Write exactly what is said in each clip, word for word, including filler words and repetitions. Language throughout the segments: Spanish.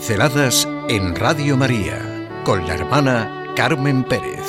Pinceladas en Radio María con la hermana Carmen Pérez.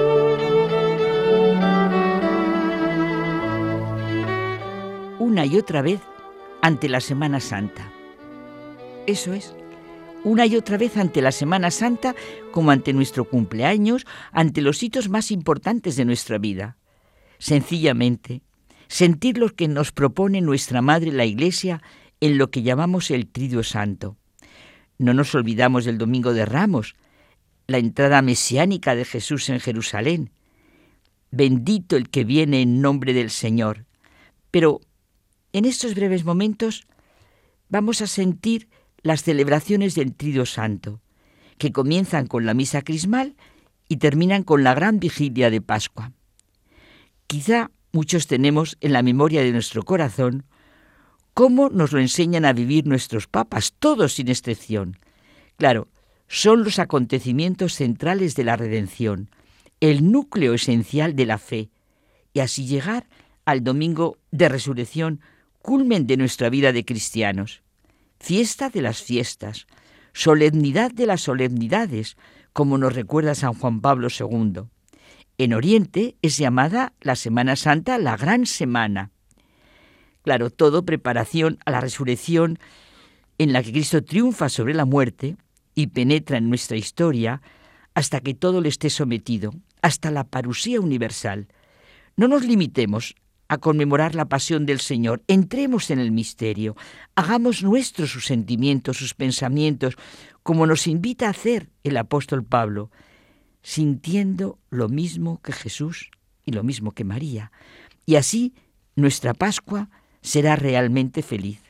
Una y otra vez ante la Semana Santa. Eso es, una y otra vez ante la Semana Santa, como ante nuestro cumpleaños, ante los hitos más importantes de nuestra vida. Sencillamente, sentir lo que nos propone nuestra Madre la Iglesia en lo que llamamos el Triduo Santo. No nos olvidamos del Domingo de Ramos, la entrada mesiánica de Jesús en Jerusalén. Bendito el que viene en nombre del Señor. Pero en estos breves momentos vamos a sentir las celebraciones del Triduo Santo, que comienzan con la misa crismal y terminan con la gran vigilia de Pascua. Quizá muchos tenemos en la memoria de nuestro corazón cómo nos lo enseñan a vivir nuestros papas, todos sin excepción. Claro, son los acontecimientos centrales de la redención, el núcleo esencial de la fe, y así llegar al domingo de resurrección, culmen de nuestra vida de cristianos. Fiesta de las fiestas, solemnidad de las solemnidades, como nos recuerda San Juan Pablo segundo. En Oriente es llamada la Semana Santa la Gran Semana. Claro, todo preparación a la resurrección en la que Cristo triunfa sobre la muerte y penetra en nuestra historia hasta que todo le esté sometido, hasta la parusía universal. No nos limitemos a conmemorar la pasión del Señor, entremos en el misterio, hagamos nuestros sus sentimientos, sus pensamientos, como nos invita a hacer el apóstol Pablo, sintiendo lo mismo que Jesús y lo mismo que María. Y así nuestra Pascua será realmente feliz.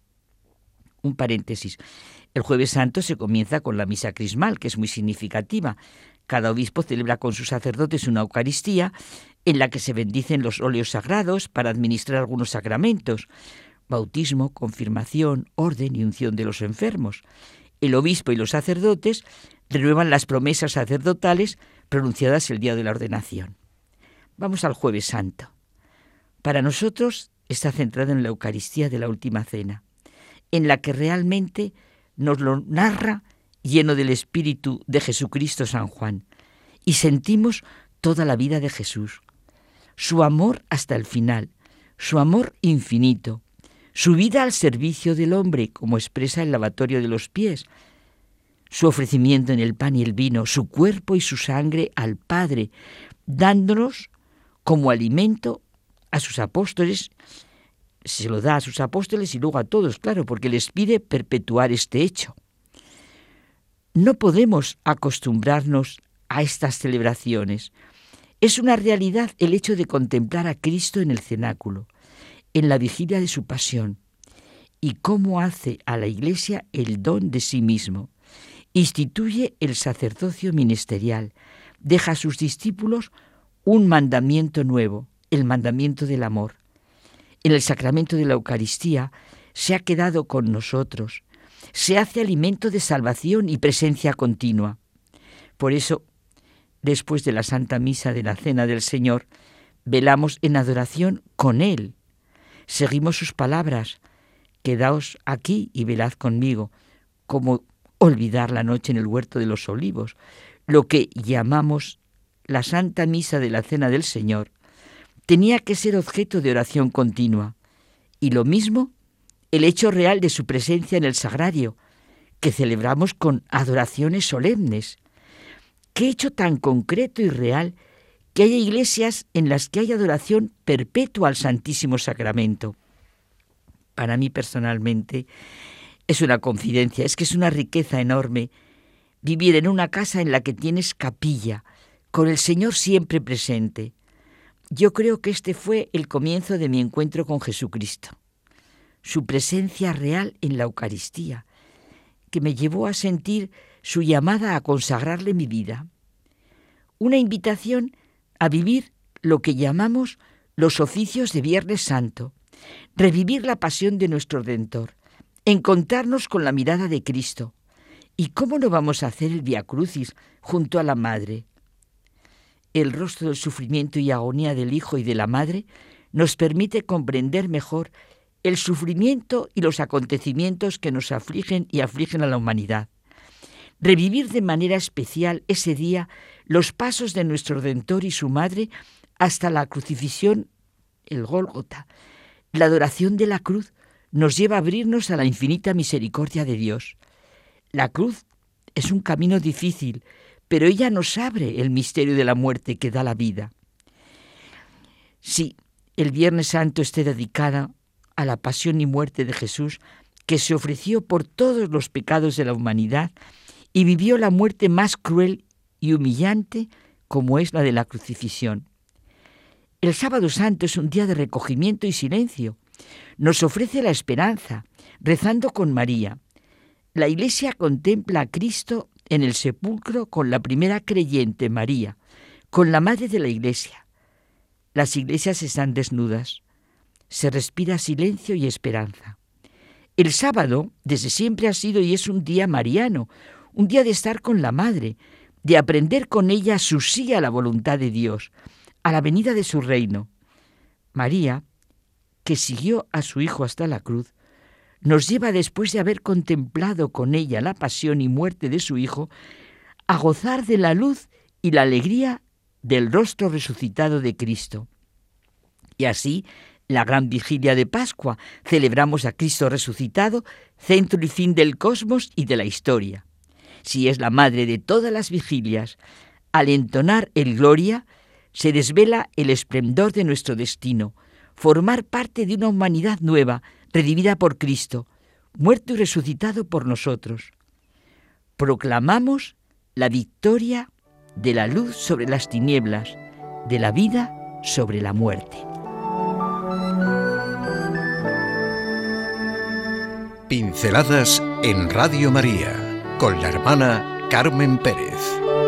Un paréntesis. El Jueves Santo se comienza con la misa crismal, que es muy significativa. Cada obispo celebra con sus sacerdotes una Eucaristía en la que se bendicen los óleos sagrados para administrar algunos sacramentos: bautismo, confirmación, orden y unción de los enfermos. El obispo y los sacerdotes renuevan las promesas sacerdotales pronunciadas el día de la ordenación. Vamos al Jueves Santo. Para nosotros está centrado en la Eucaristía de la Última Cena, en la que realmente nos lo narra lleno del Espíritu de Jesucristo San Juan, y sentimos toda la vida de Jesús, su amor hasta el final, su amor infinito, su vida al servicio del hombre, como expresa el lavatorio de los pies, su ofrecimiento en el pan y el vino, su cuerpo y su sangre al Padre, dándonos como alimento a sus apóstoles. Se lo da a sus apóstoles y luego a todos, claro, porque les pide perpetuar este hecho. No podemos acostumbrarnos a estas celebraciones. Es una realidad el hecho de contemplar a Cristo en el cenáculo, en la vigilia de su pasión, y cómo hace a la Iglesia el don de sí mismo. Instituye el sacerdocio ministerial, deja a sus discípulos un mandamiento nuevo, el mandamiento del amor. En el sacramento de la Eucaristía se ha quedado con nosotros, se hace alimento de salvación y presencia continua. Por eso, después de la Santa Misa de la Cena del Señor, velamos en adoración con Él. Seguimos sus palabras: quedaos aquí y velad conmigo, como olvidar la noche en el huerto de los olivos. Lo que llamamos la Santa Misa de la Cena del Señor tenía que ser objeto de oración continua. Y lo mismo el hecho real de su presencia en el sagrario, que celebramos con adoraciones solemnes. Qué hecho tan concreto y real que haya iglesias en las que hay adoración perpetua al Santísimo Sacramento. Para mí personalmente es una confidencia, es que es una riqueza enorme vivir en una casa en la que tienes capilla, con el Señor siempre presente. Yo creo que este fue el comienzo de mi encuentro con Jesucristo, su presencia real en la Eucaristía, que me llevó a sentir su llamada a consagrarle mi vida. Una invitación a vivir lo que llamamos los oficios de Viernes Santo, revivir la pasión de nuestro Redentor, encontrarnos con la mirada de Cristo. ¿Y cómo no vamos a hacer el Vía Crucis junto a la Madre? El rostro del sufrimiento y agonía del Hijo y de la Madre nos permite comprender mejor el sufrimiento y los acontecimientos que nos afligen y afligen a la humanidad. Revivir de manera especial ese día los pasos de nuestro Redentor y su Madre hasta la crucifixión, el Gólgota. La adoración de la cruz nos lleva a abrirnos a la infinita misericordia de Dios. La cruz es un camino difícil, pero ella nos abre el misterio de la muerte que da la vida. Sí, el Viernes Santo esté dedicada a la pasión y muerte de Jesús, que se ofreció por todos los pecados de la humanidad y vivió la muerte más cruel y humillante, como es la de la crucifixión. El Sábado Santo es un día de recogimiento y silencio. Nos ofrece la esperanza, rezando con María. La Iglesia contempla a Cristo en el sepulcro con la primera creyente, María, con la Madre de la Iglesia. Las iglesias están desnudas. Se respira silencio y esperanza. El sábado desde siempre ha sido y es un día mariano, un día de estar con la Madre, de aprender con ella su sí a la voluntad de Dios, a la venida de su reino. María, que siguió a su Hijo hasta la cruz, nos lleva, después de haber contemplado con ella la pasión y muerte de su Hijo, a gozar de la luz y la alegría del rostro resucitado de Cristo. Y así, la gran vigilia de Pascua, celebramos a Cristo resucitado, centro y fin del cosmos y de la historia. Si es la madre de todas las vigilias, al entonar el Gloria, se desvela el esplendor de nuestro destino, formar parte de una humanidad nueva, redimida por Cristo, muerto y resucitado por nosotros. Proclamamos la victoria de la luz sobre las tinieblas, de la vida sobre la muerte. Pinceladas en Radio María, con la hermana Carmen Pérez.